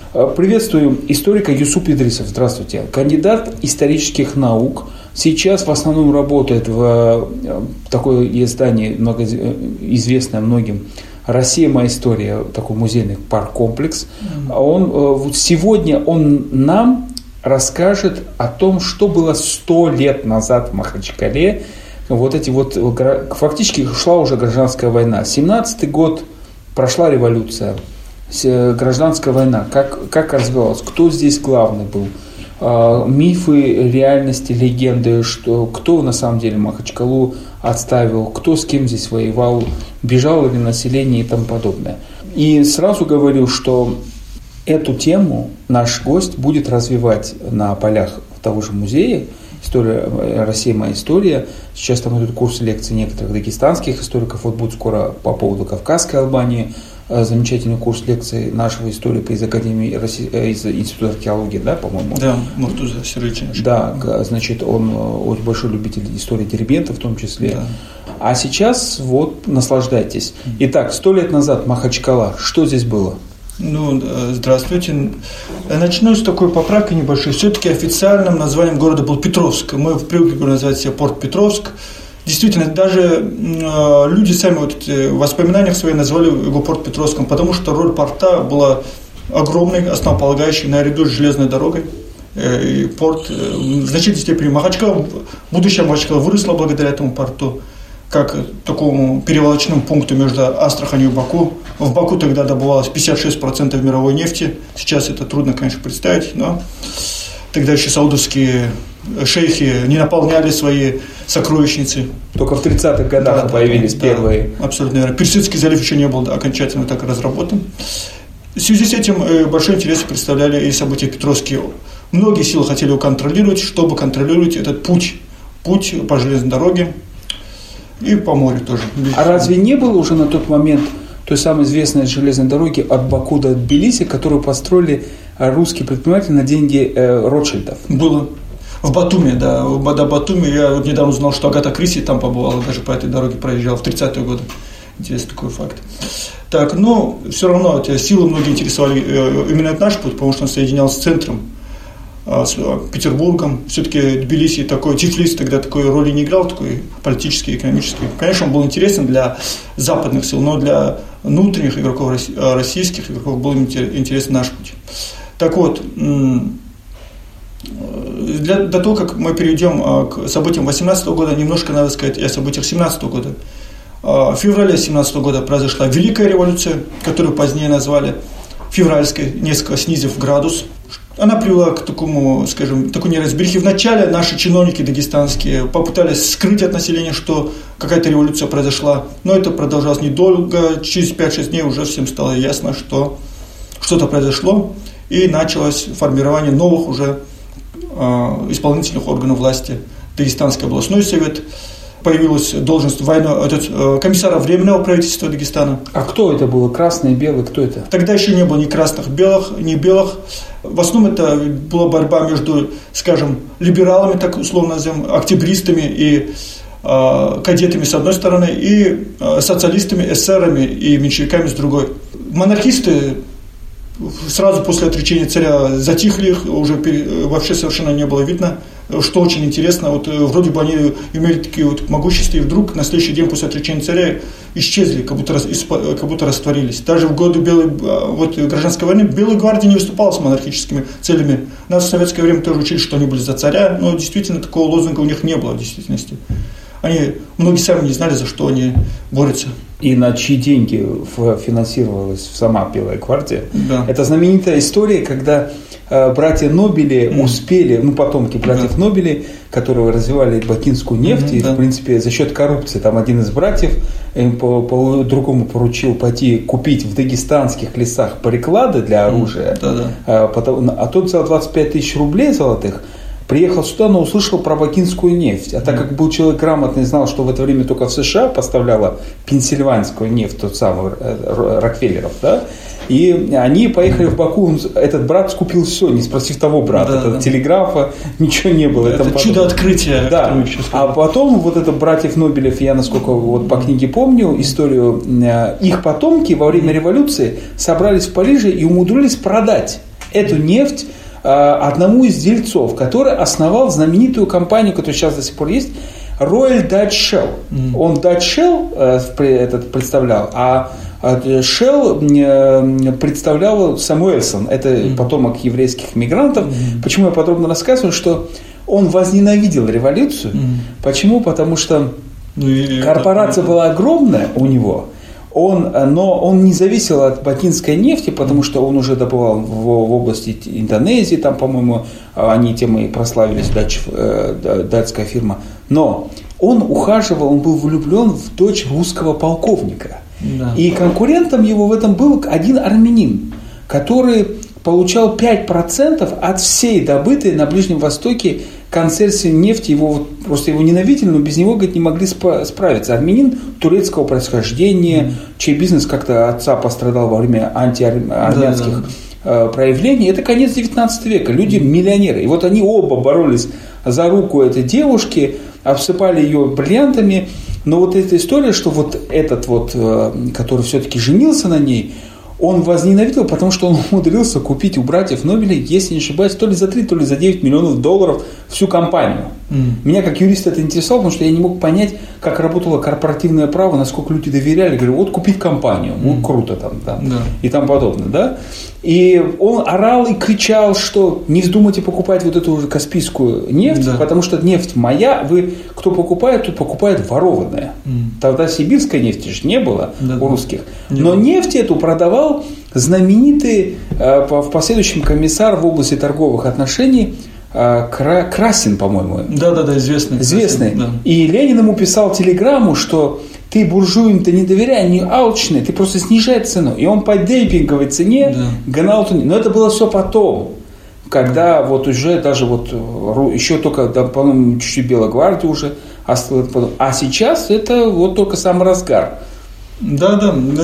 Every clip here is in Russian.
Приветствую историка Юсуп Идрисов. Здравствуйте. Кандидат исторических наук. Сейчас в основном работает в такое издание, известное многим, «Россия. Моя история», такой музейный парк-комплекс. Сегодня он нам расскажет о том, что было 100 лет назад в Махачкале. Фактически шла уже гражданская война. 17-й год, прошла революция. Гражданская война, как развивалась, кто здесь главный был, мифы, реальности, легенды, кто на самом деле Махачкалу отставил, кто с кем здесь воевал, бежало ли население и тому подобное. И сразу говорю, что эту тему наш гость будет развивать на полях того же музея «История России. Моя история». Сейчас там идут курсы лекций некоторых дагестанских историков, будет скоро по поводу Кавказской Албании замечательный курс лекций нашего историка из Академии из Института археологии, да, по-моему? Да, Муртуза Сергеевич. Да, значит, он очень большой любитель истории Дербента в том числе. Да. А сейчас наслаждайтесь. Итак, 100 лет назад Махачкала, что здесь было? Здравствуйте. Начну с такой поправки небольшой. Все-таки официальным названием города был Петровск. Мы привыкли называть себя Порт Петровск. Действительно, даже люди сами в воспоминаниях своих назвали его Порт Петровском, потому что роль порта была огромной, основополагающей наряду с железной дорогой. И порт в значительной степени будущее Махачкала выросло благодаря этому порту, как такому перевалочному пункту между Астраханью и Баку. В Баку тогда добывалось 56% мировой нефти. Сейчас это трудно, конечно, представить, но тогда еще саудовские шейхи не наполняли свои сокровищницы. Только в 30-х годах появились первые. Абсолютно верно. Персидский залив еще не был окончательно так разработан. В связи с этим большой интерес представляли и события Петровские. Многие силы хотели его контролировать, чтобы контролировать этот путь по железной дороге и по морю тоже. А разве не было уже на тот момент той самой известной железной дороги от Баку до Тбилиси, которую построили русские предприниматели на деньги Ротшильдов? Было. В Батуми, да. До Батуми я недавно узнал, что Агата Кристи там побывала, даже по этой дороге проезжала в 30-е годы. Интересный такой факт. Так, но все равно силы многие интересовали именно наш путь, потому что он соединялся с центром, с Петербургом. Все-таки Тбилиси Тифлис тогда такой роли не играл, такой политический, экономический. Конечно, он был интересен для западных сил, но для внутренних игроков, российских игроков был интересен наш путь. Так вот, до того, как мы перейдем к событиям 18 года, немножко надо сказать и о событиях 17 года. В феврале 17 года произошла Великая революция, которую позднее назвали февральской, несколько снизив градус. Она привела к такой неразберихе. Вначале наши чиновники дагестанские попытались скрыть от населения, что какая-то революция произошла, но это продолжалось недолго. Через 5-6 дней уже всем стало ясно, что что-то произошло, и началось формирование новых уже исполнительных органов власти. Дагестанский областной совет, появилась должность комиссара Временного правительства Дагестана. А кто это было? Красные, белые, кто это? Тогда еще не было ни красных, ни белых. В основном это была борьба между, скажем, либералами, так условно назовем, октябристами и кадетами с одной стороны, и социалистами, эсерами и меньшевиками с другой. Монархисты сразу после отречения царя затихли, их уже вообще совершенно не было видно, что очень интересно, вроде бы они имели такие могущества, и вдруг на следующий день после отречения царя исчезли, как будто растворились. Даже в годы гражданской войны Белая гвардия не выступала с монархическими целями. Нас в советское время тоже учили, что они были за царя, но действительно такого лозунга у них не было в действительности. Многие сами не знали, за что они борются. И на чьи деньги финансировалась сама Белая гвардия. Да. Это знаменитая история, когда братья Нобели успели, потомки братьев Нобели, которые развивали бакинскую нефть, и, в принципе, за счет коррупции, там один из братьев по другому поручил пойти купить в дагестанских лесах приклады для оружия, а тот взял 25 тысяч рублей золотых, приехал сюда, но услышал про бакинскую нефть. А так как был человек грамотный, знал, что в это время только в США поставляла пенсильванскую нефть, тот самый Рокфеллеров, да, и они поехали в Баку, этот брат скупил все, не спросив того брата, телеграфа, ничего не было. Это чудо открытия. Да. А потом это братьев Нобелев, я насколько по книге помню историю, их потомки во время революции собрались в Париже и умудрились продать эту нефть одному из дельцов, который основал знаменитую компанию, которая сейчас до сих пор есть, Royal Dutch Shell. Он Dutch Shell представлял, а Shell представлял Самуэльсон. Это потомок еврейских мигрантов. Почему я подробно рассказываю, что он возненавидел революцию. Почему? Потому что корпорация была огромная у него, но он не зависел от бакинской нефти, потому что он уже добывал в области Индонезии, там, по-моему, они тем и прославились, датская фирма. Но он ухаживал, он был влюблен в дочь русского полковника. Да. И конкурентом его в этом был один армянин, который получал 5% от всей добытой на Ближнем Востоке концессии нефти. Просто его ненавидели, но без него, говорит, не могли справиться. Армянин турецкого происхождения, чей бизнес как-то отца пострадал во время антиармянских проявлений. Это конец 19 века. Люди миллионеры. И вот они оба боролись за руку этой девушки, обсыпали ее бриллиантами. Но вот эта история, что вот этот вот, который все-таки женился на ней, он возненавидел, потому что он умудрился купить у братьев Нобеля, если не ошибаюсь, то ли за 3, то ли за 9 миллионов долларов всю компанию. Меня как юриста это интересовало, потому что я не мог понять, как работало корпоративное право, насколько люди доверяли. Говорю, вот купить компанию, ну круто там, да. И тому подобное, да. И он орал и кричал, что не вздумайте покупать вот эту уже каспийскую нефть, потому что нефть моя, кто покупает, тот покупает ворованная. Тогда сибирской нефти же не было у русских. Но нефть эту продавал знаменитый в последующем комиссар в области торговых отношений Красин, по-моему. Да, известный. Да. И Ленин ему писал телеграмму, что ты буржуям ты не доверяй, они алчные, ты просто снижай цену. И он по демпинговой цене гнал туда. Но это было все потом, когда вот уже даже вот еще только, по-моему, чуть-чуть Белая гвардия уже осталась. А сейчас это вот только самый разгар. Да,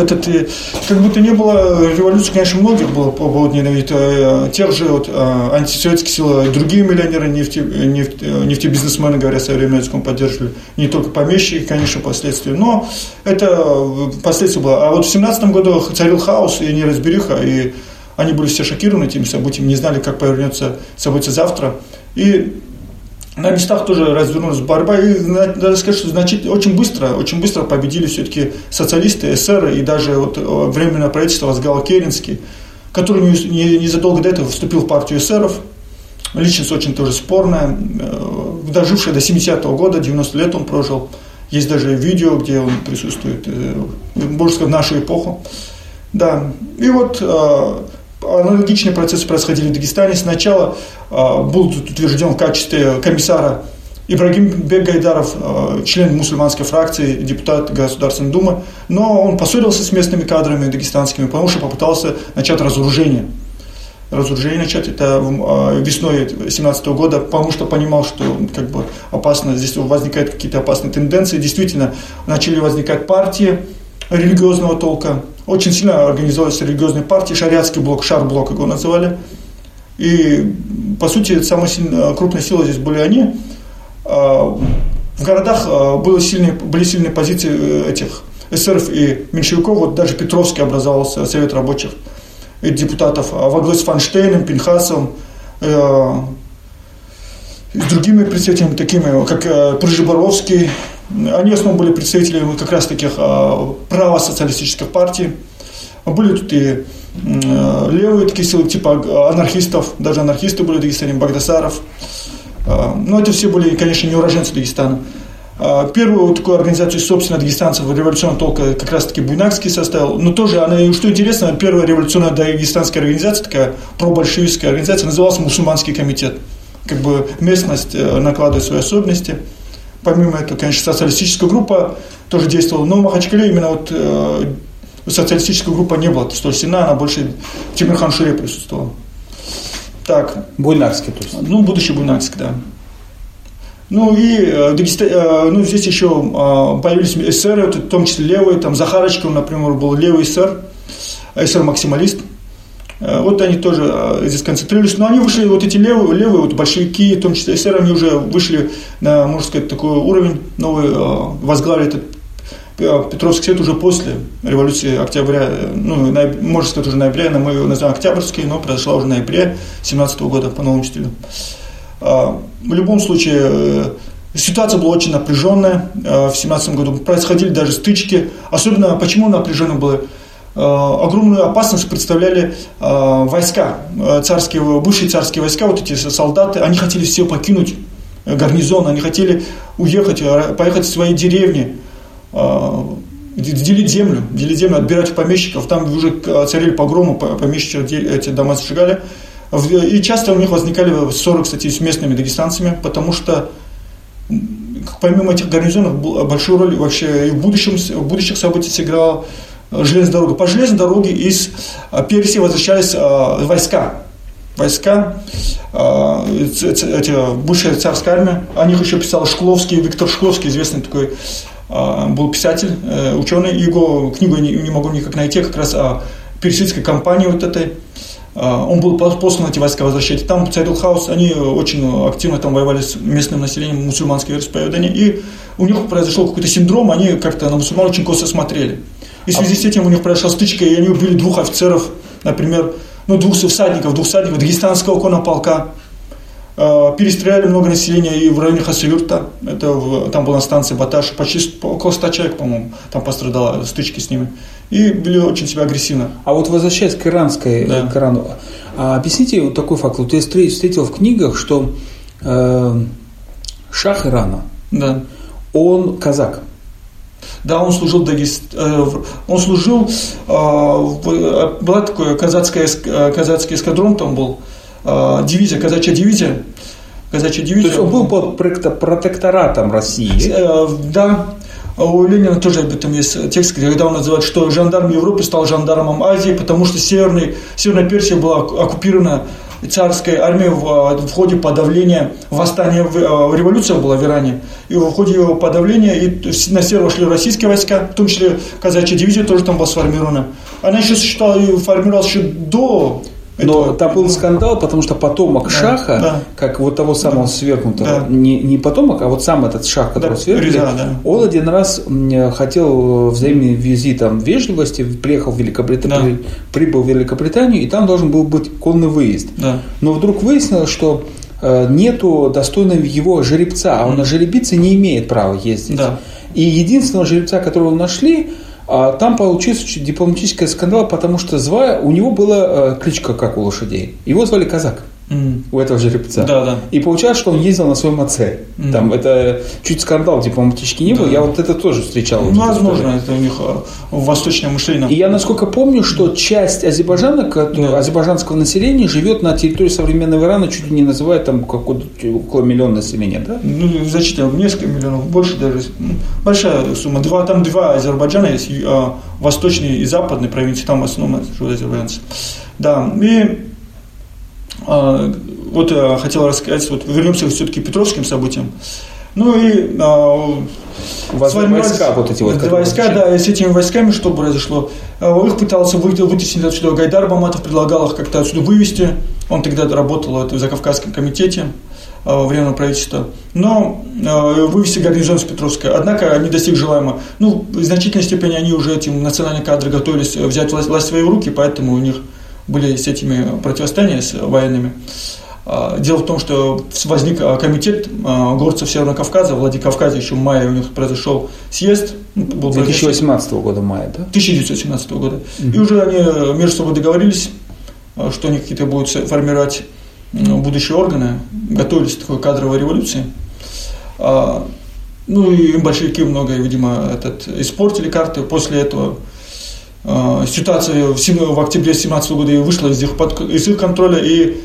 как будто не было революции, конечно, многих было по поводу ненавидеть тех же антисоветских сил, и другие миллионеры, нефтебизнесмены, говоря современным языком, поддерживали, не только помещики, конечно, последствия, но это последствия было. А вот в 17-м году царил хаос и неразбериха, и они были все шокированы этими событиями, не знали, как повернется событие завтра, и на местах тоже развернулась борьба, и надо сказать, что очень быстро победили все-таки социалисты, эсеры, и даже вот временное правительство возглавил Керенский, который незадолго до этого вступил в партию эсеров, личность очень тоже спорная, дожившая до 70-го года, 90 лет он прожил, есть даже видео, где он присутствует, можно сказать, в нашу эпоху. Да, и вот аналогичные процессы происходили в Дагестане. Сначала был утвержден в качестве комиссара Ибрагимбек Гайдаров, член мусульманской фракции, депутат Государственной Думы, но он поссорился с местными кадрами дагестанскими, потому что попытался начать разоружение. Это весной 2017 года, потому что понимал, что как бы опасно, здесь возникают какие-то опасные тенденции. Действительно, начали возникать партии религиозного толка. Очень сильно организовались религиозные партии, шариатский блок, шар-блок его называли. И, по сути, самая крупная сила здесь были они. В городах были сильные позиции этих эсеров и меньшевиков. Вот даже Петровский образовался совет рабочих и депутатов во главе с Фанштейном, Пинхасовым, с другими представителями, такими как Пржеборовский. Они в основном были представителями как раз таких правосоциалистических партий. Были тут и левые такие силы, типа анархистов, даже анархисты были в Дагестане, Багдасаров. Но это все были, конечно, не уроженцы Дагестана. Первую такую организацию, собственно, дагестанцев революционного толка как раз-таки Буйнакский составил. Но тоже, что интересно, первая революционная дагестанская организация, такая пробольшевистская организация, называлась Мусульманский комитет. Как бы местность накладывает свои особенности. Помимо этого, конечно, социалистическая группа тоже действовала. Но в Махачкале именно вот социалистическая группа не была столь сильна, она больше в Темирхан-Шуре присутствовала. Так. Буйнакский, то есть. Будущий Буйнакский, да. Здесь еще появились эсеры, в том числе левые, там Захарочков, например, был левый эсер-максималист. Вот они тоже здесь концентрировались, но они вышли, вот эти левые вот большевики, в том числе эсеры, они уже вышли на, можно сказать, такой уровень новый, возглавили этот Петровский съезд уже после революции октября, ну, можно сказать, уже ноября, но мы его называем октябрьский, но произошла уже в ноябре 17 года по новому стилю. В любом случае, ситуация была очень напряженная в 17 году, происходили даже стычки, особенно почему напряженно было? Огромную опасность представляли войска, бывшие царские войска, вот эти солдаты, они хотели все покинуть гарнизон, они хотели уехать, поехать в свои деревни, делить землю, отбирать у помещиков, там уже царили погромы, помещичьи эти дома сжигали, и часто у них возникали ссоры, кстати, с местными дагестанцами, потому что помимо этих гарнизонов большую роль вообще и в будущих событиях сыграла железная дорога. По железной дороге из Персии возвращались войска, бывшая царская армия. О них еще писал Шкловский, Виктор Шкловский, известный такой был писатель, ученый. Его книгу не могу никак найти, как раз о персидской кампании вот этой. Он был послан эти войска возвращать. Там царил хаос, они очень активно там воевали с местным населением, мусульманское вероисповедание. И у них произошел какой-то синдром, они как-то на мусульман очень косо смотрели. И в связи с этим у них произошла стычка, и они убили 2 офицеров, например, 2 всадников дагестанского коннополка. Перестреляли много населения и в районе Хасавюрта, там была станция Баташ, почти около 100 человек, по-моему, там пострадало стычки с ними. И были очень себя агрессивно. А вот возвращаясь к Ирану, объясните вот такой факт. Вот я встретил в книгах, что шах Ирана, он казак. Да, он служил была такой казацкий эскадрон, там был, казачья дивизия. То есть он был под протекторатом России? Да. У Ленина тоже об этом есть текст, когда он называет, что жандарм Европы стал жандармом Азии, потому что Северная Персия была оккупирована царской армией в ходе подавления восстания, революция была в Иране, и в ходе его подавления и на север вошли российские войска, в том числе казачья дивизия тоже там была сформирована. Она еще формировалась еще до... Но там был скандал, потому что потомок шаха, как вот того самого свергнутого, не потомок, а вот сам этот шах, которого свергли, он один раз хотел взаимный визит вежливости, приехал в Великобританию, прибыл в Великобританию, и там должен был быть конный выезд. Но вдруг выяснилось, что нету достойного его жеребца, а он на жеребице не имеет права ездить. И единственного жеребца, которого нашли, там получился дипломатический скандал, потому что у него была кличка, как у лошадей. Его звали Казак, у этого жеребца. И получалось, что он ездил на своем отце. Там это чуть скандал дипломатический не был. Я вот это тоже встречал. Возможно, это у них восточное мышление. И я, насколько помню, что часть азербайджанского населения живет на территории современного Ирана, чуть ли не называют там около миллиона населения, да? Значительно, несколько миллионов, больше даже. Большая сумма. Там 2 Азербайджана есть, восточный и западный провинции, там в основном живут азербайджанцы. Да, и вот я хотел рассказать, вернемся все-таки к петровским событиям. Ну и войска, вот эти вот. Войска, и с этими войсками что произошло? Их пытался вытеснить отсюда Гайдар Маматов, предлагал их как-то отсюда вывести. Он тогда работал в Закавказском комитете во время правительства. Но вывести гарнизон с Петровска. Однако не достиг желаемого. В значительной степени они уже, эти национальные кадры, готовились взять власть в свои руки, поэтому у них были с этими противостояния с военными. Дело в том, что возник комитет горцев Северного Кавказа, в Владикавказе, еще в мае у них произошел съезд. 2018 года мая, да? 1917 года. И уже они между собой договорились, что они какие-то будут формировать будущие органы, готовились к такой кадровой революции. И им большевики многое, видимо, испортили карты. После этого ситуация в октябре 2017 года вышла из их контроля,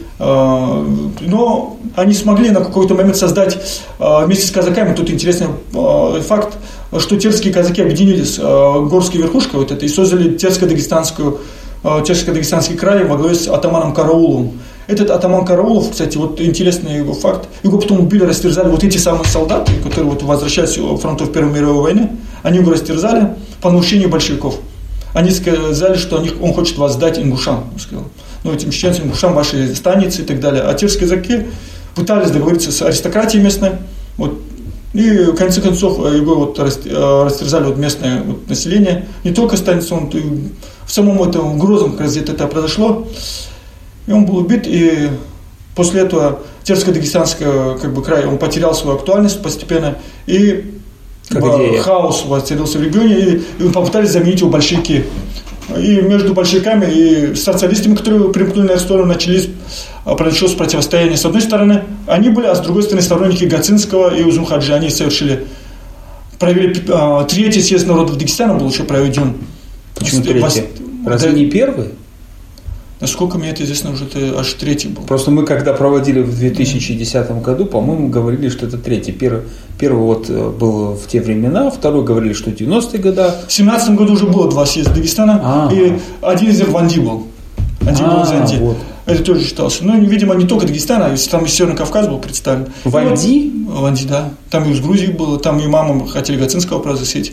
но они смогли на какой-то момент создать вместе с казаками, тут интересный факт, что терские казаки объединились, горской верхушкой и создали Терско-Дагестанский край во главе с атаманом Карауловым. Этот атаман Караулов, кстати, интересный его факт, его потом убили, растерзали эти самые солдаты, которые возвращались с фронтов Первой мировой войны, они его растерзали по наущению большевиков. Они сказали, что он хочет вас сдать ингушам. Этим чеченцам, ингушам, ваши станицы и так далее. А терские казаки пытались договориться с аристократией местной. И в конце концов его вот растерзали вот местное вот население, не только станица, он в самом этом Грозном как раз где-то это произошло, и он был убит, и после этого Терско-Дагестанский как бы край, он потерял свою актуальность постепенно, и хаос воцарился в регионе, и попытались заменить его большевики. И между большевиками и социалистами, которые примкнули на их сторону, произошло противостояние. С одной стороны, они были, а с другой стороны, сторонники Гацинского и Узун-Хаджи. Они провели третий съезд народов Дагестана, был еще проведен. Почему третий? Разве не первый? Насколько мне это известно, уже это аж третий был. Просто мы, когда проводили в 2010 году, по-моему, говорили, что это третий. Первый вот был в те времена, второй говорили, что 90-е годы. В 2017 году уже было 2 съезда Дагестана, и один из них в Анди был. Один был в Анди. Вот. Это тоже считался. Но, видимо, не только Дагестана, а там и Северный Кавказ был представлен. В Анди? В Анди, да. Там и из Грузии было, там и мама хотели Гацинского произносить.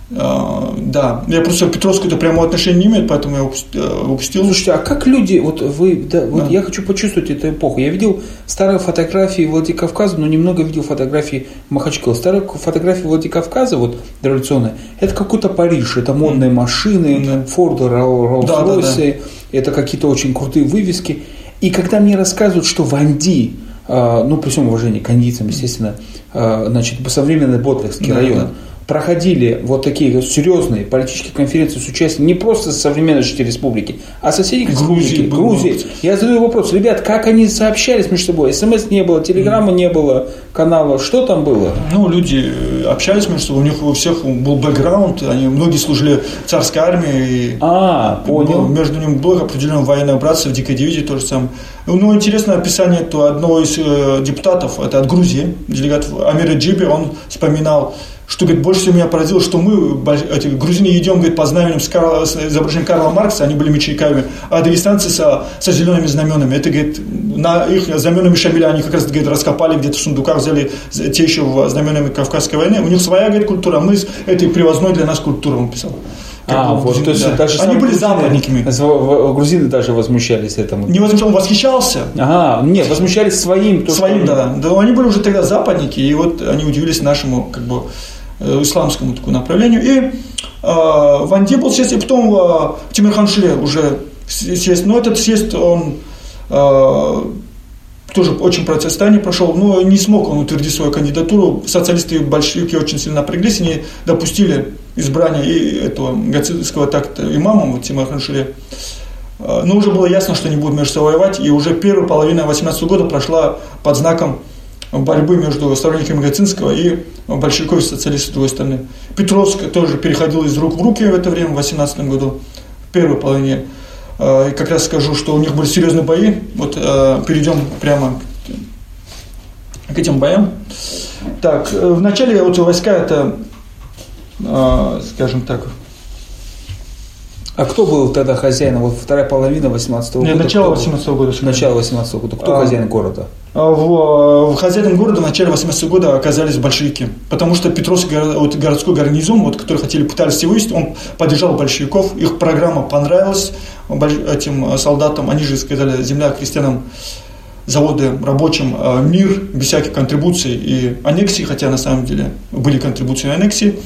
Да, я просто Петровскую это прямого отношения не имеет, поэтому я упустил. Слушайте, а как люди, вот вы, вот я хочу почувствовать эту эпоху. Я видел старые фотографии Владикавказа, но немного видел фотографии Махачкала. Старые фотографии Владикавказа, вот революционные, это какой-то Париж, это модные машины, Форды, Роллс-Ройсы, это какие-то очень крутые вывески. И когда мне рассказывают, что в Анди, при всем уважении к андийцам, естественно, значит, современный Ботлихский район, проходили вот такие серьезные политические конференции с участием не просто современной республики, а соседних республики, Грузии. Я задаю вопрос, ребят, как они сообщались между собой? СМС не было, телеграмма не было, канала, что там было? Люди общались между собой, у них у всех был бэкграунд, многие служили в царской армии. Понял. Между ними было определенное военное братство, в дикой дивизии то же самое. Интересное описание одного из депутатов, это от Грузии, делегат Амир Джиби, он вспоминал, что, говорит, больше всего меня поразило, что мы, грузины, идем, говорит, по знаменям с изображением Карла Маркса, они были мечниками, а дагестанцы со зелеными знаменами. Это, говорит, на их знаменами Шамиля они как раз, говорит, раскопали где-то в сундуках, взяли те еще знаменами Кавказской войны. У них своя, говорит, культура, мы с этой привозной для нас культурой, он писал. То есть даже они были западниками. Грузины даже возмущались этому. Не возмущался, он восхищался. Нет, возмущались своим. Своим, да. Они были уже тогда западники, и вот они удивились нашему, исламскому такому направлению. И в Анди был съезд, и потом в Тимирхан-Шиле уже съезд. Но этот съезд, он тоже очень противостояние прошел, но не смог он утвердить свою кандидатуру. Социалисты и большевики очень сильно напряглись, они допустили избрание и этого гацинского имама Тимирхан-Шиле. Но уже было ясно, что они будут между собой воевать, и уже первая половина 18 года прошла под знаком борьбы между сторонниками Гацинского и большевиков и социалистов с другой стороны. Петровск тоже переходил из рук в руки в это время, в 18 году, в первой половине. И как раз скажу, что у них были серьезные бои. Перейдем прямо к этим боям. Так, вначале войска это, скажем так... А кто был тогда хозяином? Вторая половина 18-го года? Начало 18-го года. Начало 18-го года. Кто хозяин города? Хозяином города в начале 18-го года оказались большевики. Потому что Петровский городской гарнизон, который пытались его вывести, он поддержал большевиков. Их программа понравилась этим солдатам. Они же сказали: земля крестьянам, заводы рабочим, мир без всяких контрибуций и аннексий, хотя на самом деле были контрибуции и аннексии.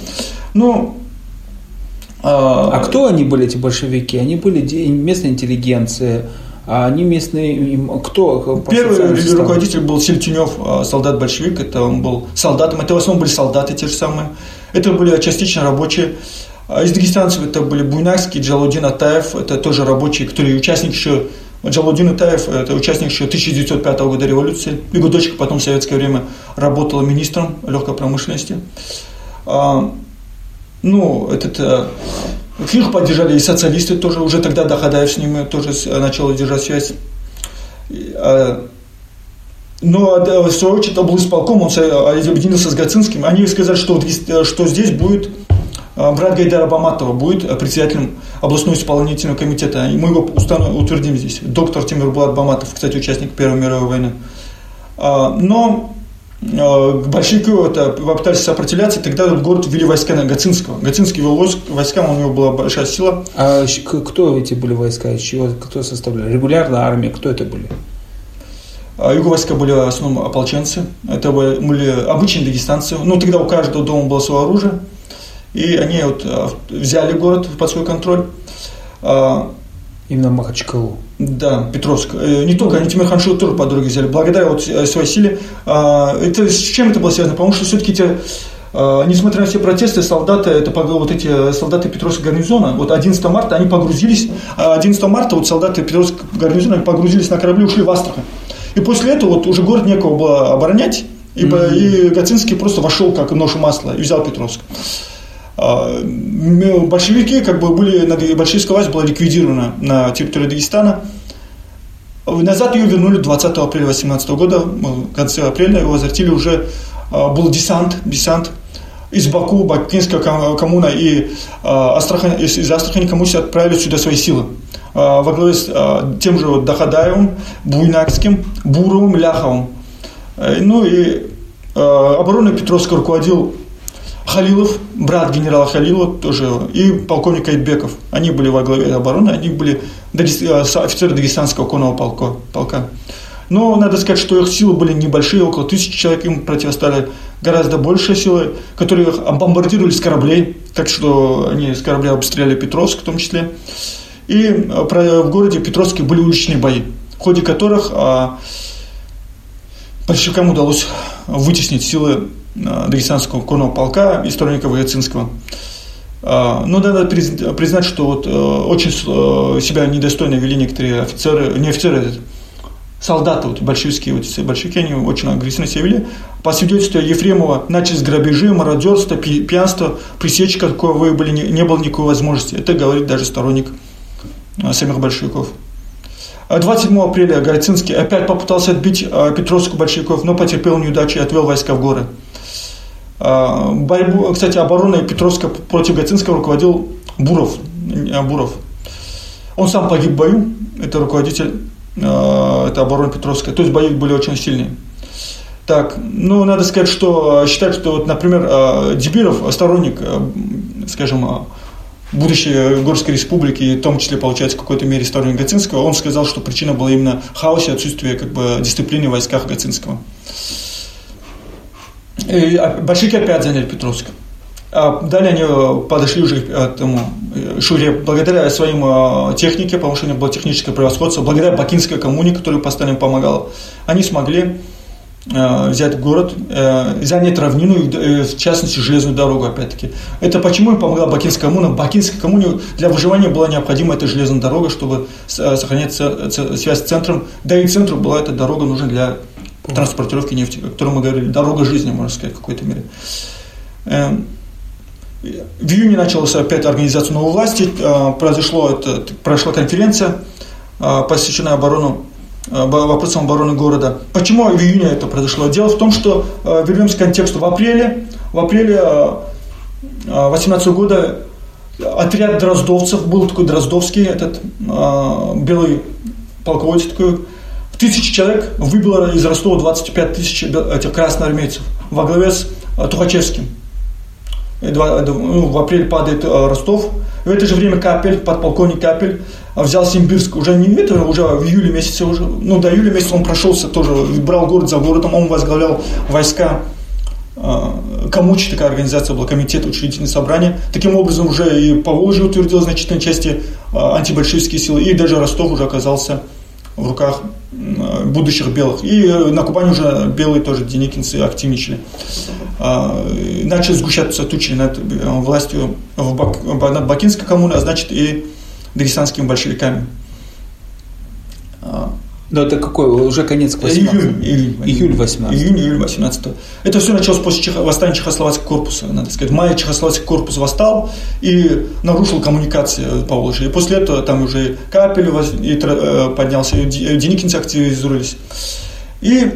А кто они были, эти большевики? Они были местная интеллигенция, а они местные... Кто? Первый руководитель был Сельтюнев, солдат-большевик. Это он был солдатом. Это в основном были солдаты те же самые. Это были частично рабочие. Из дагестанцев это были Буйнакский, Джалаудин Атаев. Это тоже рабочие, которые участник еще... Джалаудин Атаев, это участник еще 1905 года революции. Его дочка потом в советское время работала министром легкой промышленности. Их поддержали и социалисты тоже, уже тогда Дахадаев с ними тоже начал держать связь. Но в свою очередь облисполком, он объединился с Гацинским, они сказали, что здесь будет брат Гайдара Баматова, будет председателем областного исполнительного комитета, и мы его утвердим здесь. Доктор Тимирбулат Баматов, кстати, участник Первой мировой войны. Но большевики попытались сопротивляться, тогда в город ввели войска на Гацинского. Гацинский вел войска, у него была большая сила. А кто эти были войска? Из чего, кто составлял? Регулярная армия, кто это были? Его войска были в основном ополченцы, это были обычные дагестанцы. Ну, тогда у каждого дома было свое оружие, и они вот взяли город под свой контроль. Именно Махачкалу. Да, Петровск. Не только, они Тимирхан-Шилу тоже по дороге взяли. Благодаря вот своей силе. С чем это было связано? Потому что все-таки несмотря на все протесты, солдаты, вот эти солдаты Петровского гарнизона, вот 11 марта они погрузились, 11 марта вот солдаты Петровского гарнизона погрузились на корабли и ушли в Астрахань. И после этого вот уже город некого было оборонять, и Гатинский просто вошел как нож в масло и взял Петровск. Большевики, большевистская власть была ликвидирована на территории Дагестана. Назад ее вернули 20 апреля 2018 года, в конце апреля его возвратили уже, был десант из Баку, Бакинская коммуна и из Астрахани коммунисты отправили сюда свои силы. Во главе с тем же Дахадаевым, Буйнакским, Буровым, Ляховым. Ну и обороной Петровска руководил Халилов, брат генерала Халилова тоже, и полковник Айтбеков. Они были во главе обороны, они были офицеры Дагестанского конного полка. Но надо сказать, что их силы были небольшие, около 1000 человек, им противостояли гораздо большие силы, которые бомбардировали с кораблей, так что они с корабля обстреляли Петровск в том числе. И в городе Петровске были уличные бои, в ходе которых большевикам удалось вытеснить силы Дагестанского конного полка и сторонников Гатинского. Но надо признать, что вот очень себя недостойно вели некоторые солдаты, вот большевики, они очень агрессивно себя вели. По свидетельству Ефремова, начали с грабежи, мародерства, пьянства, пресечь какого не было никакой возможности. Это говорит даже сторонник самих большевиков. 27 апреля Гатинский опять попытался отбить Петровск большевиков, но потерпел неудачу и отвел войска в горы. Кстати, обороной Петровска против Гатинского руководил Буров. Он сам погиб в бою, это руководитель это обороны Петровска. То есть бои были очень сильные. Так, ну, надо сказать, что считать, что, вот, например, Дебиров, сторонник, скажем, будущей Горской республики, и в том числе, получается, в какой-то мере сторонник Гатинского, он сказал, что причина была именно в хаосе, отсутствие дисциплины в войсках Гатинского. И большевики опять заняли Петровск. Далее они подошли уже к этому Шуре благодаря своим технике, потому что у них было техническое превосходство, благодаря Бакинской коммуне, которая постоянно им помогала, они смогли взять город, занять равнину и, в частности, железную дорогу, опять-таки. Это почему им помогла Бакинская коммуна? Бакинской коммуне для выживания была необходима эта железная дорога, чтобы сохранять связь с центром, да и центру была эта дорога нужна для транспортировки нефти, о которой мы говорили, дорога жизни, можно сказать, в какой-то мере. В июне началась опять организация новой власти, прошла конференция, посвященная вопросам обороны города. Почему в июне это произошло? Дело в том, что, вернемся к контексту, в апреле 2018 года отряд дроздовцев, был такой Дроздовский, этот белый полководец такой, 1000 человек выбило из Ростова 25 тысяч этих красноармейцев во главе с Тухачевским. В апреле падает Ростов. В это же время подполковник Капель взял Симбирск. Уже не это, уже в июле месяце, до июля месяца он прошелся тоже, брал город за городом, он возглавлял войска. Камучи, такая организация была, комитет учредительного собрания. Таким образом, уже и Поволжье утвердил значительной части антибольшевистские силы, и даже Ростов уже оказался в руках будущих белых. И на Кубани уже белые тоже деникинцы активничали. Начали сгущаться тучи над властью над Бакинской коммуной, а значит и дагестанскими большевиками. Но это какой? Уже конец 18? Июль 18. Июль 18. Это все началось после восстания Чехословацкого корпуса, надо сказать. В мае Чехословацкий корпус восстал и нарушил коммуникации по Волжье. И после этого там уже Капель поднялся, и деникинцы активизировались. И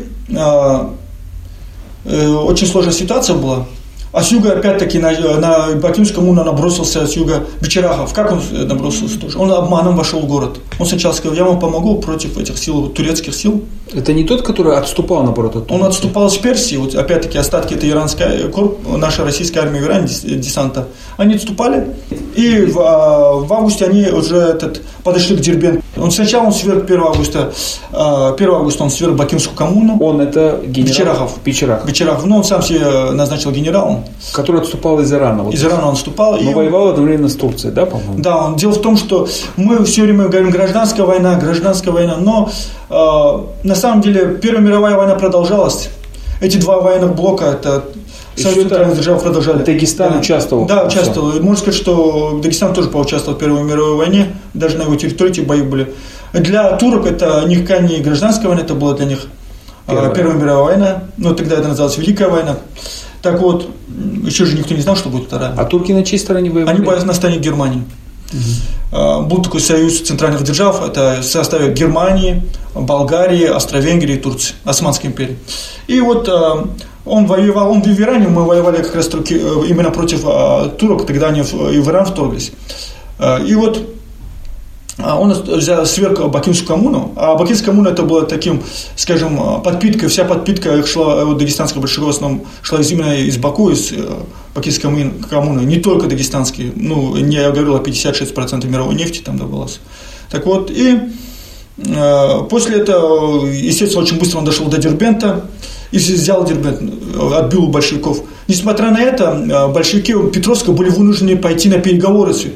очень сложная ситуация была. А с юга, опять-таки, на Бакинскую коммуну набросился с юга Вечерахов. Как он набросился тоже? Он обманом вошел в город. Он сначала сказал, я вам помогу против этих сил, турецких сил. Это не тот, который отступал, наоборот, оттуда? Он отступал с Персии. Вот, опять-таки, остатки это иранская наша российская армия в Иране, десанта. Они отступали. И в августе они уже подошли к Дербенту. Сначала он сверг 1 августа он сверг Бакинскую коммуну. Он это генерал? Бичерахов. Он сам себя назначил генералом. Который отступал из Ирана. Из Ирана он отступал. Но воевал одновременно с Турцией, да, по-моему? Да, дело в том, что мы все время говорим гражданская война, но на самом деле Первая мировая война продолжалась. Эти два военных блока, это Союз центральных держав продолжали. Дагестан участвовал? Да, участвовал. Можно сказать, что Дагестан тоже поучаствовал в Первой мировой войне, даже на его территории эти бои были. Для турок это никакая не гражданская война, это была для них Первая мировая война, тогда это называлась Великая война. Так вот, еще же никто не знал, что будет вторая. А турки на чьей стороне воевали? Они были на стороне Германии. Был такой союз центральных держав, это в составе Германии, Болгарии, Австро-Венгрии и Турции, Османской империи. И вот он воевал, он в Иране, мы воевали как раз именно против турок, тогда они и в Иран вторглись. И вот он сверг Бакинскую коммуну, а Бакинская коммуна это была таким, скажем, подпиткой, вся подпитка их шла, дагестанских большевиков в основном шла именно из Баку, из Бакинской коммуны, не только дагестанские, я говорил о 56% мировой нефти там добывалось. Так вот, и после этого, естественно, очень быстро он дошел до Дербента, и взял Дербент, отбил у большевиков. Несмотря на это, большевики Петровска были вынуждены пойти на переговоры с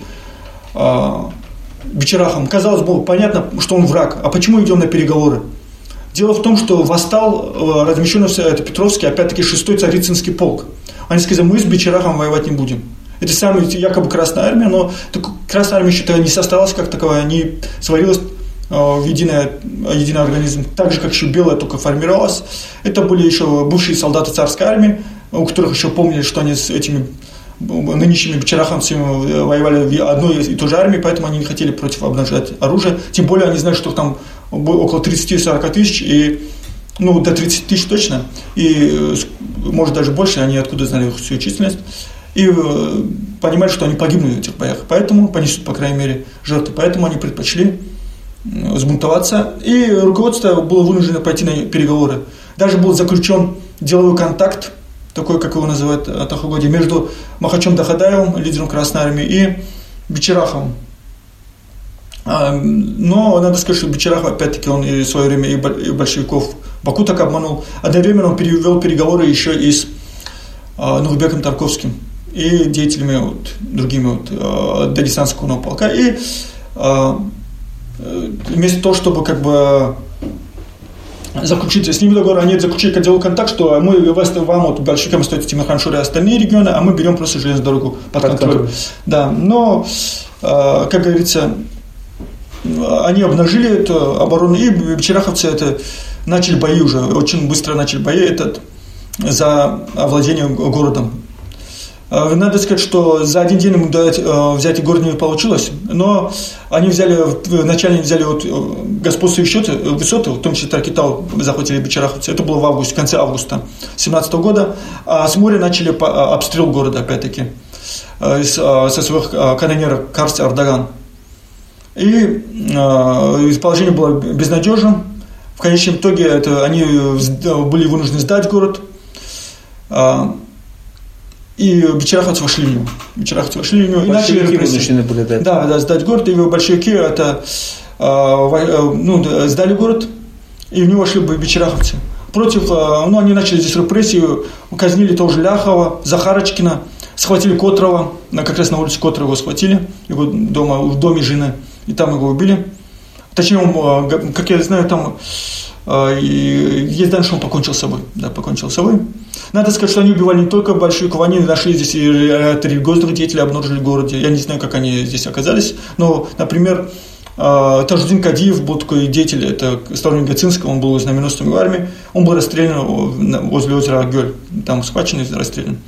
Бичерахом. Казалось бы, понятно, что он враг. А почему идем на переговоры? Дело в том, что восстал размещенный в Петровске, опять-таки, 6-й Царицынский полк. Они сказали, мы с Бичерахом воевать не будем. Это самая якобы Красная Армия, но Красная Армия еще не состоялась как таковая, не сварилась в единый организм, так же, как еще белая только формировалась. Это были еще бывшие солдаты царской армии, у которых еще помнили, что они с этими нынешними бичераховцами воевали в одной и той же армии, поэтому они не хотели против обнажать оружие. Тем более они знали, что там около 30-40 тысяч, и, до 30 тысяч точно, и может даже больше, они откуда знали их всю численность, и понимали, что они погибнут в этих боях, поэтому понесут, по крайней мере, жертвы. Поэтому они предпочли взбунтоваться, и руководство было вынуждено пойти на переговоры. Даже был заключен деловой контакт, такой, как его называют Тахугоди, между Махачом Дахадаевым, лидером Красной Армии, и Бичераховым. Но надо сказать, что Бичерахов, опять-таки, он и в свое время и большевиков Баку так обманул. Одновременно он перевел переговоры еще и с Нурбеком Тарковским и деятелями другими Дагестанского полка. И вместо того, чтобы заключить с ними договор, они заключили деловой контакт, что мы вам, большевикам, остается Тимирхан-Шура и остальные регионы, а мы берем просто железную дорогу под контроль. Да, но, как говорится, они обнажили эту оборону, и бичераховцы начали бои уже, очень быстро начали бои за овладение городом. Надо сказать, что за один день им взять город не получилось, но они вначале взяли господствующие высоты, в том числе Таркитау захватили бичераховцы, это было в конце августа 2017 года, а с моря начали обстрел города, опять-таки, со своих канонеров Карс и Ардаган. И положение было безнадежным. В конечном итоге они были вынуждены сдать город, и бичераховцы вошли в него. И начали репрессии. Да, сдать город, и большевики сдали город, и в него вошли бичераховцы. Они начали здесь репрессии, казнили тоже Ляхова, Захарочкина, схватили Котрова, как раз на улице Котрова его схватили, его дома, в доме жены, и там его убили. Точнее, как я знаю, там есть данные, что он покончил с собой. Да, покончил с собой. Надо сказать, что они убивали не только большевиков, они нашли здесь и религиозных деятелей, обнаружили в городе. Я не знаю, как они здесь оказались, но, например, Тажудин Кадиев был такой деятель, это сторонник Гацинского, он был знаменосцем в армии, он был расстрелян возле озера Агёль, там схвачен и расстрелян.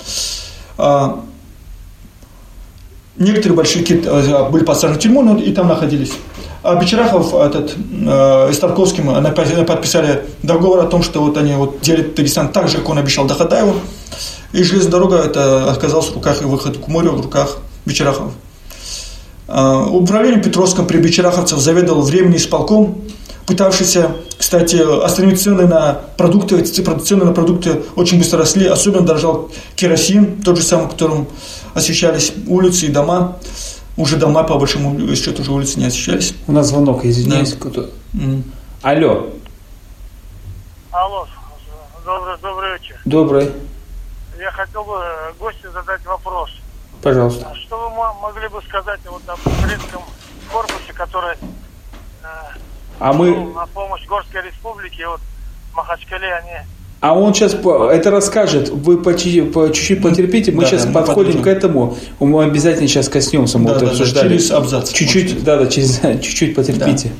Некоторые большевики были посажены в тюрьму, и там находились. А Бичерахов с Тарковским подписали договор о том, что они делят Дагестан так же, как он обещал Дахадаеву, и железная дорога оказалась в руках, и выход к морю в руках Бичерахов. Управление Петровском при Бичераховцев заведовал временный исполком, пытавшийся, кстати, остановить цены на продукты. Цены на продукты очень быстро росли, особенно дорожал керосин, тот же самый, которым освещались улицы и дома. Уже дома, по большому счету, уже улицы не освещались. У нас звонок, извиняюсь. Да. Алло. Алло, добрый вечер. Добрый. Я хотел бы гостю задать вопрос. Пожалуйста. Что вы могли бы сказать вот о турецком корпусе, который на помощь Горской республике, вот в Махачкале они... А он сейчас это расскажет. Вы чуть-чуть потерпите. Мы сейчас подходим к этому. Мы обязательно сейчас коснемся. Мы это обсуждали. Через абзац. Чуть-чуть, чуть-чуть потерпите.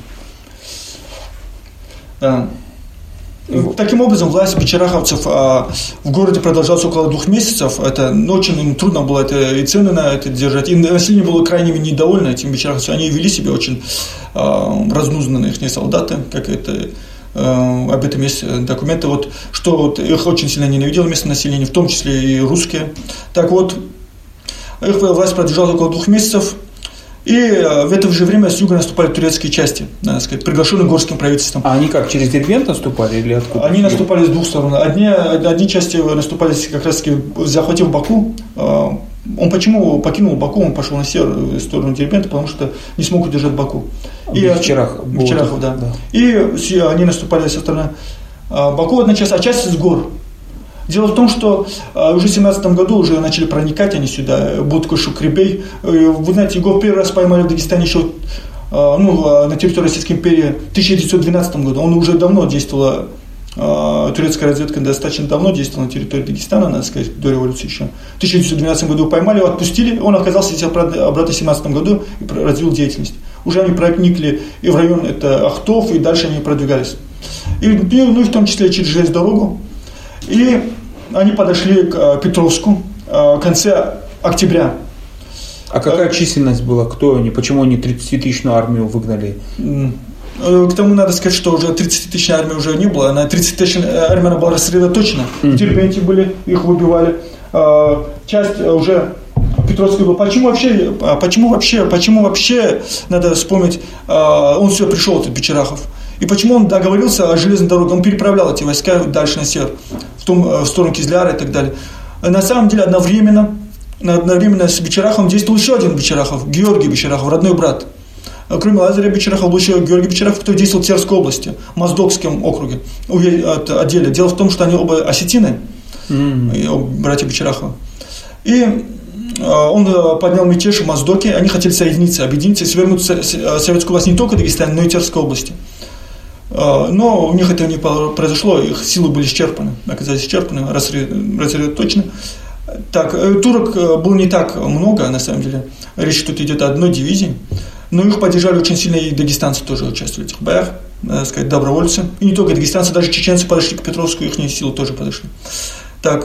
Да. Таким образом, власть бичараховцев в городе продолжалась около 2 месяцев. Это очень трудно было и цены на это держать. И население было крайне недовольно этим бичараховцами. Они вели себя очень разнузданно, их солдаты, как это... Об этом есть документы, что их очень сильно ненавидело местное население, в том числе и русские. Так вот, их власть продержалась около 2 месяцев, и в это же время с юга наступали турецкие части, надо сказать, приглашенные горским правительством. А они как, через Дербент наступали или откуда? Они наступали с 2 сторон. Одни части наступали как раз таки, захватив Баку. Он почему покинул Баку, он пошел на север, в сторону Дербента, потому что не смог удержать Баку. Бехчерахов, да. И они наступали со стороны Баку, одна часть, а часть с гор. Дело в том, что уже в 17 году уже начали проникать они сюда, Будку, Шукребей. Вы знаете, его первый раз поймали в Дагестане еще на территории Российской империи в 1912 году. Он уже давно действовал, турецкая разведка достаточно давно действовала на территории Дагестана, надо сказать, до революции еще. В 1912 году его поймали, его отпустили, он оказался здесь обратно в 1917 году и развил деятельность. Уже они проникли и в район Ахтов, и дальше они продвигались. И в том числе через железную дорогу. И они подошли к Петровску в конце октября. А какая численность была? Кто они? Почему они 30-тысячную армию выгнали? К тому надо сказать, что уже 30-тысячной армии уже не было. На 30-тысячная армия была рассредоточена. В Дербенте были, их выбивали. Часть уже Петровской была. Почему вообще, надо вспомнить, он сюда пришел, этот Бичарахов. И почему он договорился о железной дороге? Он переправлял эти войска дальше на север, в сторону Кизляра и так далее. На самом деле, одновременно с Бичараховым действовал еще один Бичарахов, Георгий Бичарахов, родной брат. Кроме Лазаря Бичарахова, был еще Георгий Бичарахов, который действовал в Терской области, в Моздокском округе, отделе. Дело в том, что они оба осетины, братья Бичарахова. И он поднял мятеж в Моздоке, они хотели соединиться, объединиться и свернуть советскую власть не только в Дагестане, но и в Терской области. Но у них это не произошло, их силы были исчерпаны, оказались исчерпаны, рассредоточены. Так, турок было не так много, на самом деле, речь тут идет о 1 дивизии, но их поддержали очень сильно, и дагестанцы тоже участвовали в этих боях, надо сказать, добровольцы. И не только дагестанцы, даже чеченцы подошли к Петровску, их силы тоже подошли. Так,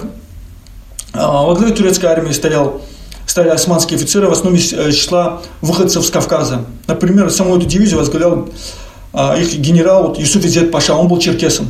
во главе турецкой армии стояли османские офицеры, в основном из числа выходцев с Кавказа. Например, саму эту дивизию возглавлял их генерал Юсуф Изет Паша, он был черкесом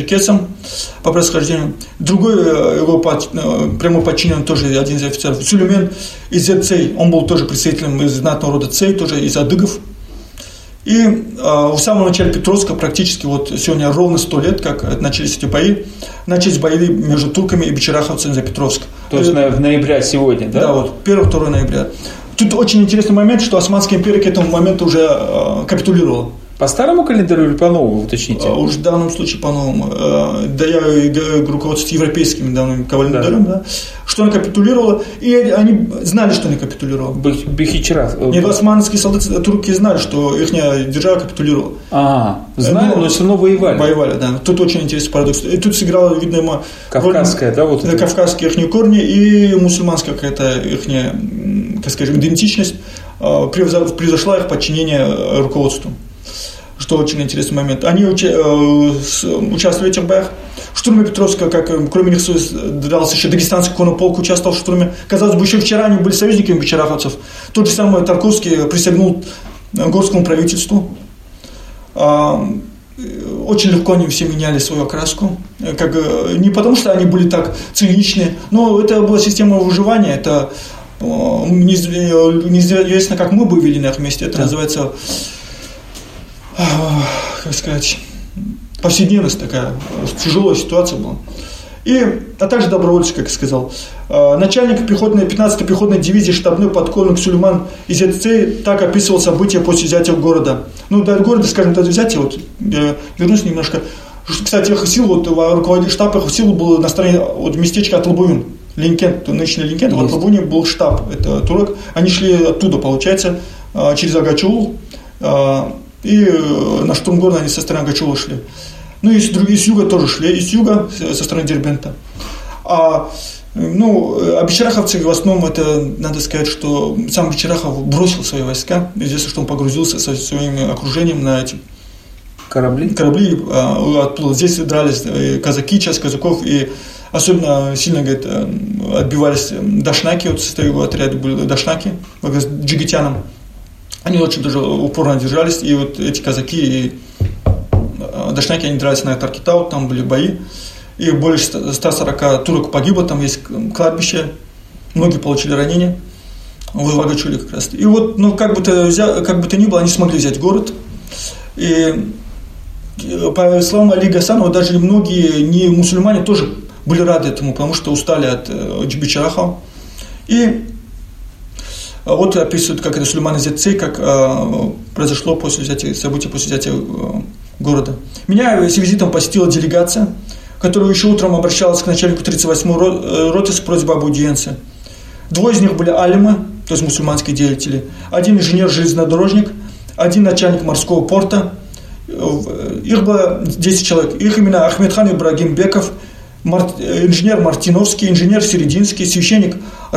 по происхождению. Другой его прямой подчиненный, тоже один из офицеров, Сулеймен Изет Цей, он был тоже представителем из знатного рода Цей, тоже из адыгов. И в самом начале Петровска, практически сегодня ровно 100 лет, как начались эти бои, начались бои между турками и бичараховцами за Петровск. То есть в ноябре сегодня, да? Да, 1-2 ноября. Тут очень интересный момент, что Османская империя к этому моменту уже капитулировала. По старому календарю или по новому, уточните? Уж в данном случае по новому. Да, я руководствуюсь европейским данным календарем, да. Что она капитулировала, и они знали, что она капитулировала. Бехичерах. Нет, османские солдаты, турки знали, что их держава капитулировала. Знали, но все равно воевали. Воевали, да. Тут очень интересный парадокс. И тут сыграла, видно, кавказская, да? Да, кавказские их корни и мусульманская какая-то их, так скажем, идентичность превзошла их подчинение руководству. Что очень интересный момент. Они участвовали в этих боях. В штурме Петровска, кроме них дрался еще Дагестанский конный полк, участвовал в штурме. Казалось бы, еще вчера они были союзниками бичараховцев. Тот же самый Тарковский присягнул горскому правительству. Очень легко они все меняли свою окраску. Не потому, что они были так циничны, но это была система выживания. Это неизвестно, как мы бы вели на их месте. Это называется... как сказать, повседневность такая, тяжелая ситуация была. А также добровольцы, как я сказал. Начальник 15-й пехотной дивизии штабной подполковник Сулейман Изетцей так описывал события после взятия города. До города, скажем, до взятия, я вернусь немножко. Кстати, Эхосил, руководитель штаба Эхосил был на стороне местечка Атлабуюн. Линкент, нынешний Линкент, в Атлабуне был штаб, это турок. Они шли оттуда, получается, через Агачул, и на штурм города они со стороны Агачула шли. И с юга тоже шли, и с юга, со стороны Дербента. А бичараховцы, в основном, это, надо сказать, что сам Бичарахов бросил свои войска. Известно, что он погрузился со своим окружением на эти корабли отплыл. Здесь дрались казаки, часть казаков, и особенно сильно, говорит, отбивались дашнаки, состав его отряда были дашнаки, с джигитянам. Они очень даже упорно держались, и эти казаки и дашнаки, они дрались на Таркитау, там были бои, и более 140 турок погибло, там есть кладбище, многие получили ранения в Агачуле как раз. И как бы то ни было, они смогли взять город, и по словам Али Гасанова, даже многие не мусульмане тоже были рады этому, потому что устали от Бичарахова. И описывают, как это Сулейман Изетцей, как произошло события после взятия города. Меня с визитом посетила делегация, которая еще утром обращалась к начальнику 38-й роты с просьбой об аудиенции. 2 из них были алимы, то есть мусульманские деятели, 1 инженер-железнодорожник, 1 начальник морского порта. Их было 10 человек. Их имена: Ахмедхан Ибрагимбеков, инженер Мартиновский, инженер Серединский, священник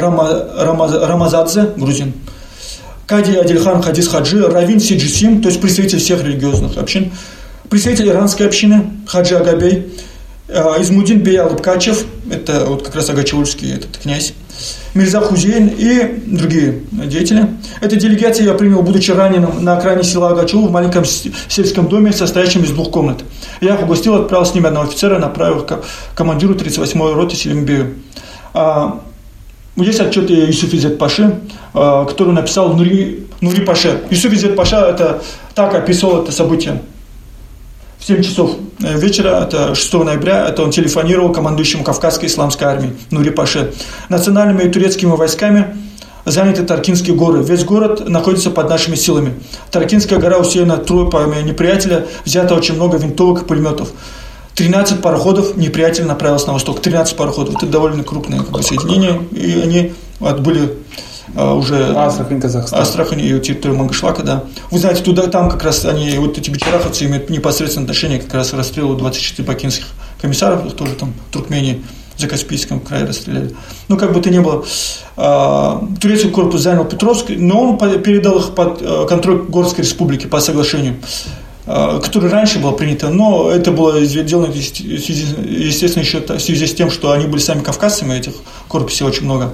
Рамазадзе, грузин, Кади Адильхан Хадис Хаджи, Равин Сиджисим, то есть представитель всех религиозных общин, представитель иранской общины Хаджи Агабей, Измудин Бей Алыбкачев, это как раз агачевский князь, Мирза Хузейн и другие деятели. Эта делегация я принял, будучи раненым на окраине села Агачул в маленьком сельском доме, состоящем из 2 комнат. Я их угостил, отправил с ними одного офицера, направил к командиру 38-й роты Селимбею. Есть отчет Юсуф Изет Паши, который написал Нури Паше. Юсуф Изет Паша так описывал это событие. В 7 часов вечера, это 6 ноября, это он телефонировал командующему Кавказской исламской армии Нури Паше. Национальными и турецкими войсками заняты Таркинские горы. Весь город находится под нашими силами. Таркинская гора усеяна трупами неприятеля, взято очень много винтовок и пулеметов. 13 пароходов неприятель направился на восток. 13 пароходов. Это довольно крупное соединение. И они отбыли уже Астрахань, Казахстан. Астрахань и территорию Мангышлака, да. Вы знаете, там как раз они, эти бичараховцы имеют непосредственное отношение как раз к расстрелу 24 бакинских комиссаров, их тоже там в Туркмении, за Каспийском крае расстреляли. Как бы то ни было, турецкий корпус занял Петровск, но он передал их под контроль Горской республики по соглашению, которое раньше было принято, но это было сделано, естественно, еще в связи с тем, что они были сами кавказцами, этих корпусов очень много.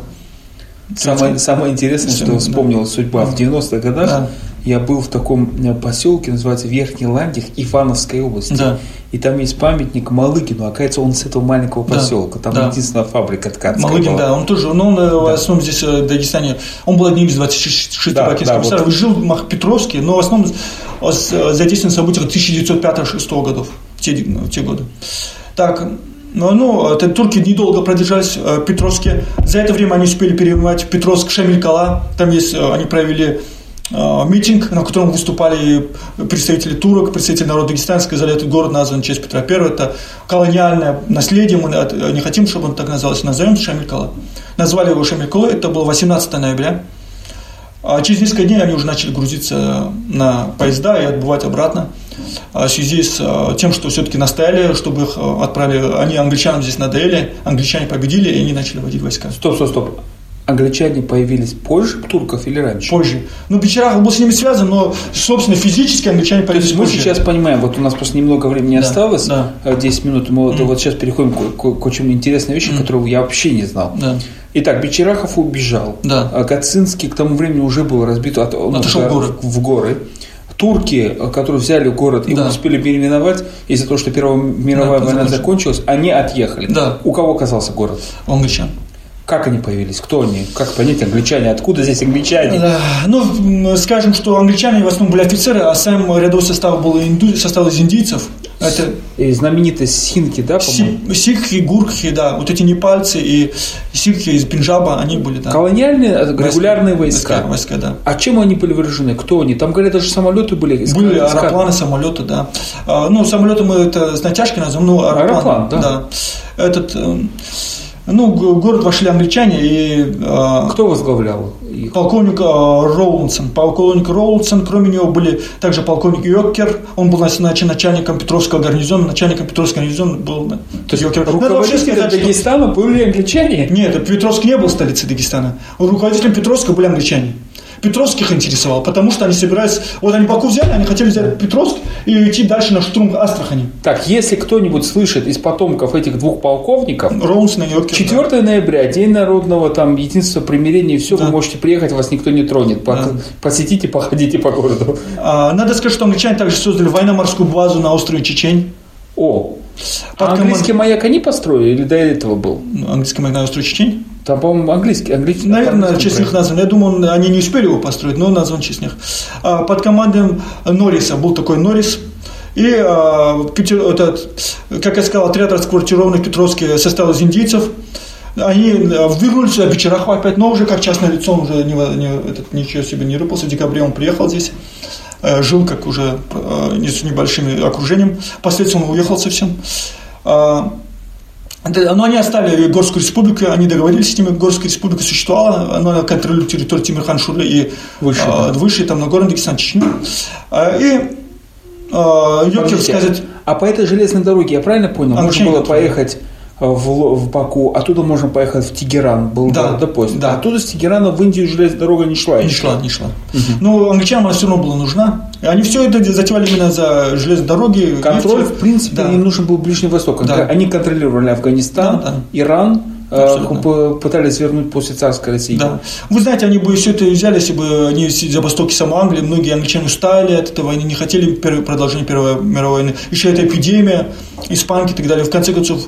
Самое интересное, что вспомнила судьба. В 90-х годах я был в таком поселке, называется Верхний Ландих, Ивановской области. Да. И там есть памятник Малыгину. Оказывается, он с этого маленького поселка. Там единственная фабрика ткацкая Малыгин, была. Да, он тоже. Но он в основном здесь, в Дагестане, он был одним из 26 бакинских комиссаров. Жил в Петровске, но в основном задействован в событиях 1905-1906 годов, в те годы. Так. Турки недолго продержались в Петровске. За это время они успели переименовать Петровск Шамиль-Кала. Там они провели митинг, на котором выступали представители турок, представители народа Дагестана, сказали, этот город назван в честь Петра I, это колониальное наследие, мы не хотим, чтобы он так назывался, назовем Шамиль-Кала. Назвали его Шамиль-Кала, это было 18 ноября. А через несколько дней они уже начали грузиться на поезда и отбывать обратно. В связи с тем, что все-таки настояли, чтобы их отправили, они англичанам здесь надоели, англичане победили, и они начали вводить войска. Стоп. Англичане появились позже турков или раньше? Позже. Бичарахов был с ними связан, но, собственно, физически англичане появились позже. Мы сейчас понимаем, у нас просто немного времени осталось, 10 минут, мы сейчас переходим к очень интересной вещи, которую я вообще не знал. Да. Итак, Бичарахов убежал. Да. Гацинский к тому времени уже был разбит, отошел в горы. Турки, которые взяли город и успели переименовать, из-за того, что Первая мировая война закончилась, они отъехали. Да. У кого оказался город? У англичан. Как они появились? Кто они? Как понять англичане? Откуда здесь англичане? Скажем, что англичане в основном были офицеры, а сам рядовой состав был из индийцев. Это знаменитые сикхи, да, по-моему? Сикхи, гуркхи, да, вот эти непальцы и сикхи из Пенджаба, они были, да. Колониальные, регулярные войска. Войска, да. А чем они были вооружены? Кто они? Там, говорят, даже самолеты были. Были аэропланы, самолеты, да. Самолеты мы это с натяжкой назовем, аэроплан, да. Город вошли англичане и... Кто возглавлял их? Полковник Роулинсон. Полковник Роулинсон, кроме него были также полковник Йокер, он был начальником Петровского гарнизона, был То есть руководителем Дагестана были англичане? Нет, Петровск не был столицей Дагестана. Руководителем Петровска были англичане. Петровск их интересовал, потому что они собирались... Вот они Баку взяли, они хотели взять Петровск и идти дальше на штурм Астрахани. Так, если кто-нибудь слышит из потомков этих двух полковников, Роунсон и Йокер, 4 ноября, День народного единства, примирения, и все, вы можете приехать, вас никто не тронет. Посетите, походите по городу. Надо сказать, что англичане также создали военно-морскую базу на острове Чечень. Английский маяк они построили или до этого был? Английский маяк на острове Чечень? Там, по-моему, английский. Наверное, в честь них назван. Я думаю, они не успели его построить, но назван в честь них. Под командой Норриса был такой Норрис. И, как я сказал, отряд расквартированный в Петровске состоял из индийцев. Они вернулись в вечерах опять, но уже как частное лицо, он уже ничего себе не рыпался. В декабре он приехал здесь. Жил как уже с небольшим окружением. Впоследствии он уехал совсем. Но они оставили Горскую республику, они договорились с ними, Горская республика существовала, она контролирует территорию Тимирхан-Шура и выше там Нагорный Дагестан, Чечню. Йокер сказать... А по этой железной дороге, я правильно понял, можно было поехать в Баку, оттуда можно поехать в Тегеран, был поезд. Да. Оттуда с Тегерана в Индию железная дорога не шла. Не шла. Но англичанам она все равно была нужна. И они все это затевали именно за железные дороги. Контроль, в принципе, им нужен был Ближний Восток. Да. Они контролировали Афганистан, Иран, пытались вернуть после царской России. Да. Вы знаете, они бы все это взяли, если бы они за востоки самой Англии, многие англичане устали от этого, они не хотели продолжения Первой мировой войны. Еще эта эпидемия, испанки и так далее. В конце концов,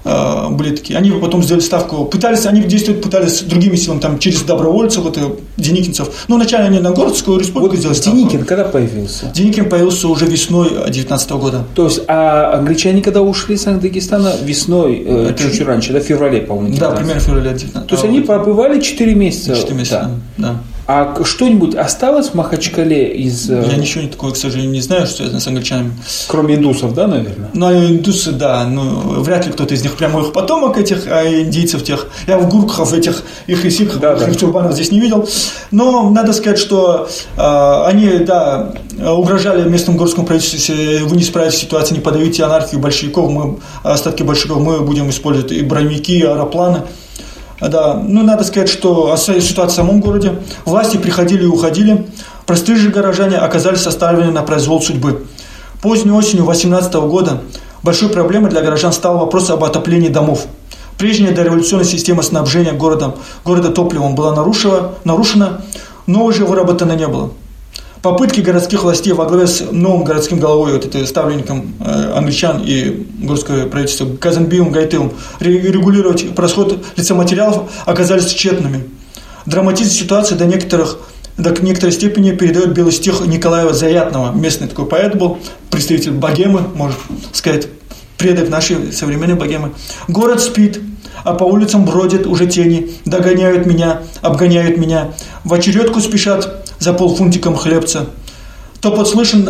были такие. Они потом сделали ставку. Они пытались другими силами, там, через добровольцев, деникинцев. Но вначале они на Горскую республику сделали ставку. Деникин когда появился? Деникин появился уже весной 2019 года. То есть, а англичане когда ушли с Дагестана? Весной, чуть раньше, в феврале, по-моему. Да, примерно в феврале 19. То есть они пробывали 4 месяца. 4 месяца, да. А что-нибудь осталось в Махачкале из... Я ничего такого, к сожалению, не знаю, что связано с англичанами. Кроме индусов, да, наверное? Индусы, да. Вряд ли кто-то из них прямо их потомок, этих индийцев тех. Я в гуркхов этих, их и сикхов, их чурбанов здесь не видел. Но надо сказать, что они, угрожали местному горскому правительству, если вы не справитесь с ситуацией, не подавите анархию большевиков, остатки большевиков, мы будем использовать и броневики, и аэропланы. Да, надо сказать, что ситуация в самом городе. Власти приходили и уходили. Простые же горожане оказались оставлены на произвол судьбы. Поздней осенью 2018 года большой проблемой для горожан стал вопрос об отоплении домов. Прежняя дореволюционная система снабжения города топливом была нарушена, новой же выработано не было. Попытки городских властей во главе с новым городским головой, ставленником англичан и горского правительства Казанбиевым Гайтылом регулировать расход лицематериалов оказались тщетными. Драматизм ситуации до некоторой степени передает белый стих Николаева Заятного. Местный такой поэт был, представитель богемы, можно сказать, предок нашей современной богемы. «Город спит, а по улицам бродят уже тени, догоняют меня, обгоняют меня, в очередку спешат за полфунтиком хлебца. Топот слышен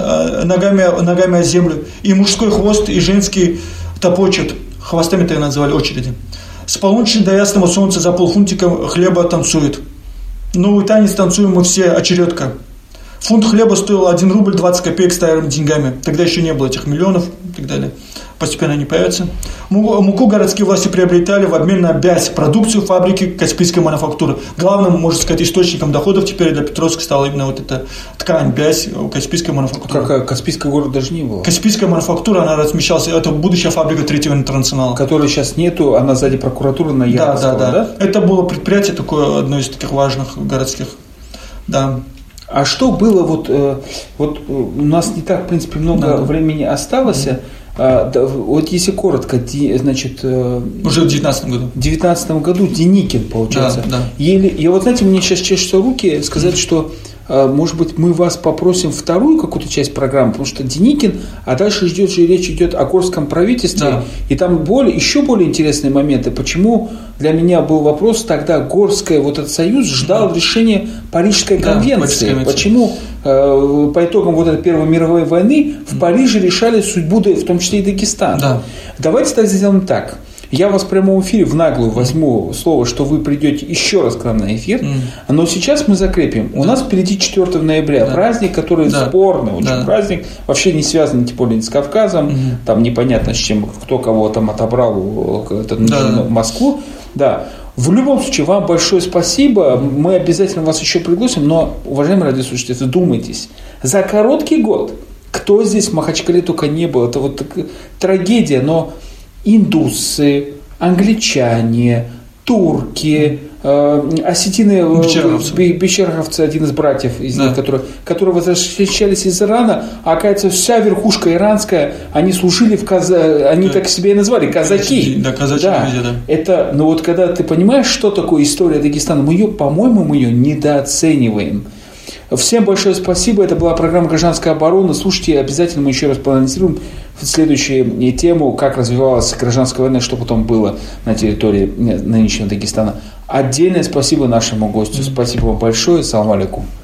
ногами о землю, и мужской хвост, и женский топочет». Хвостами так называли очереди. «С полуночи до ясного солнца за полфунтика хлеба танцует. Новый танец танцуем мы все, очередка. Фунт хлеба стоил 1 рубль 20 копеек старыми деньгами. Тогда еще не было этих миллионов и так далее. Постепенно они появятся. Муку городские власти приобретали в обмен на бязь, продукцию фабрики Каспийской мануфактуры. Главным, можно сказать, источником доходов теперь для Петровска стала именно эта ткань, бязь Каспийской мануфактуры. Какая? Каспийского города даже не было. Каспийская мануфактура, она размещалась, это будущая фабрика Третьего интернационала. Которой сейчас нету, она сзади прокуратуры на Ярослава, да? Это было предприятие такое, одно из таких важных городских, да. А что было, вот у нас не так, в принципе, много времени осталось. Вот если коротко, значит... Уже в 2019 году. В 2019 году Деникин, получается. Да. И вот, знаете, мне сейчас чешутся руки сказать, что может быть, мы вас попросим вторую какую-то часть программы, потому что Деникин, а дальше речь идет о горском правительстве, Да. и там еще более интересные моменты. Почему для меня был вопрос тогда Горская, вот этот союз ждал решения Парижской конвенции. Почему по итогам вот этой Первой мировой войны в Париже решали судьбу, в том числе и Дагестана. Да. Давайте тогда сделаем так. Я вас в прямом эфире в наглую возьму слово, что вы придете еще раз к нам на эфир, но сейчас мы закрепим. У нас впереди 4 ноября, праздник, который спорный, очень праздник, вообще не связан тем более с Кавказом, там непонятно с чем, кто кого там отобрал в Москву. Да. В любом случае, вам большое спасибо, мы обязательно вас еще пригласим, но, уважаемые радиослушатели, задумайтесь, за короткий год, кто здесь в Махачкале только не был, это вот трагедия, но индусы, англичане, турки, осетины, бечеровцы, один из братьев из них, которые возвращались из Ирана, а оказывается, вся верхушка иранская, они служили они так себя и назвали, казаки. Да, казачьи люди, да. Это, но вот когда ты понимаешь, что такое история Дагестана, мы ее недооцениваем. Всем большое спасибо. Это была программа «Гражданская оборона». Слушайте, обязательно мы еще раз проанонсируем следующую тему, как развивалась гражданская война, что потом было на территории нынешнего Дагестана. Отдельное спасибо нашему гостю. Спасибо вам большое. Салам алейкум.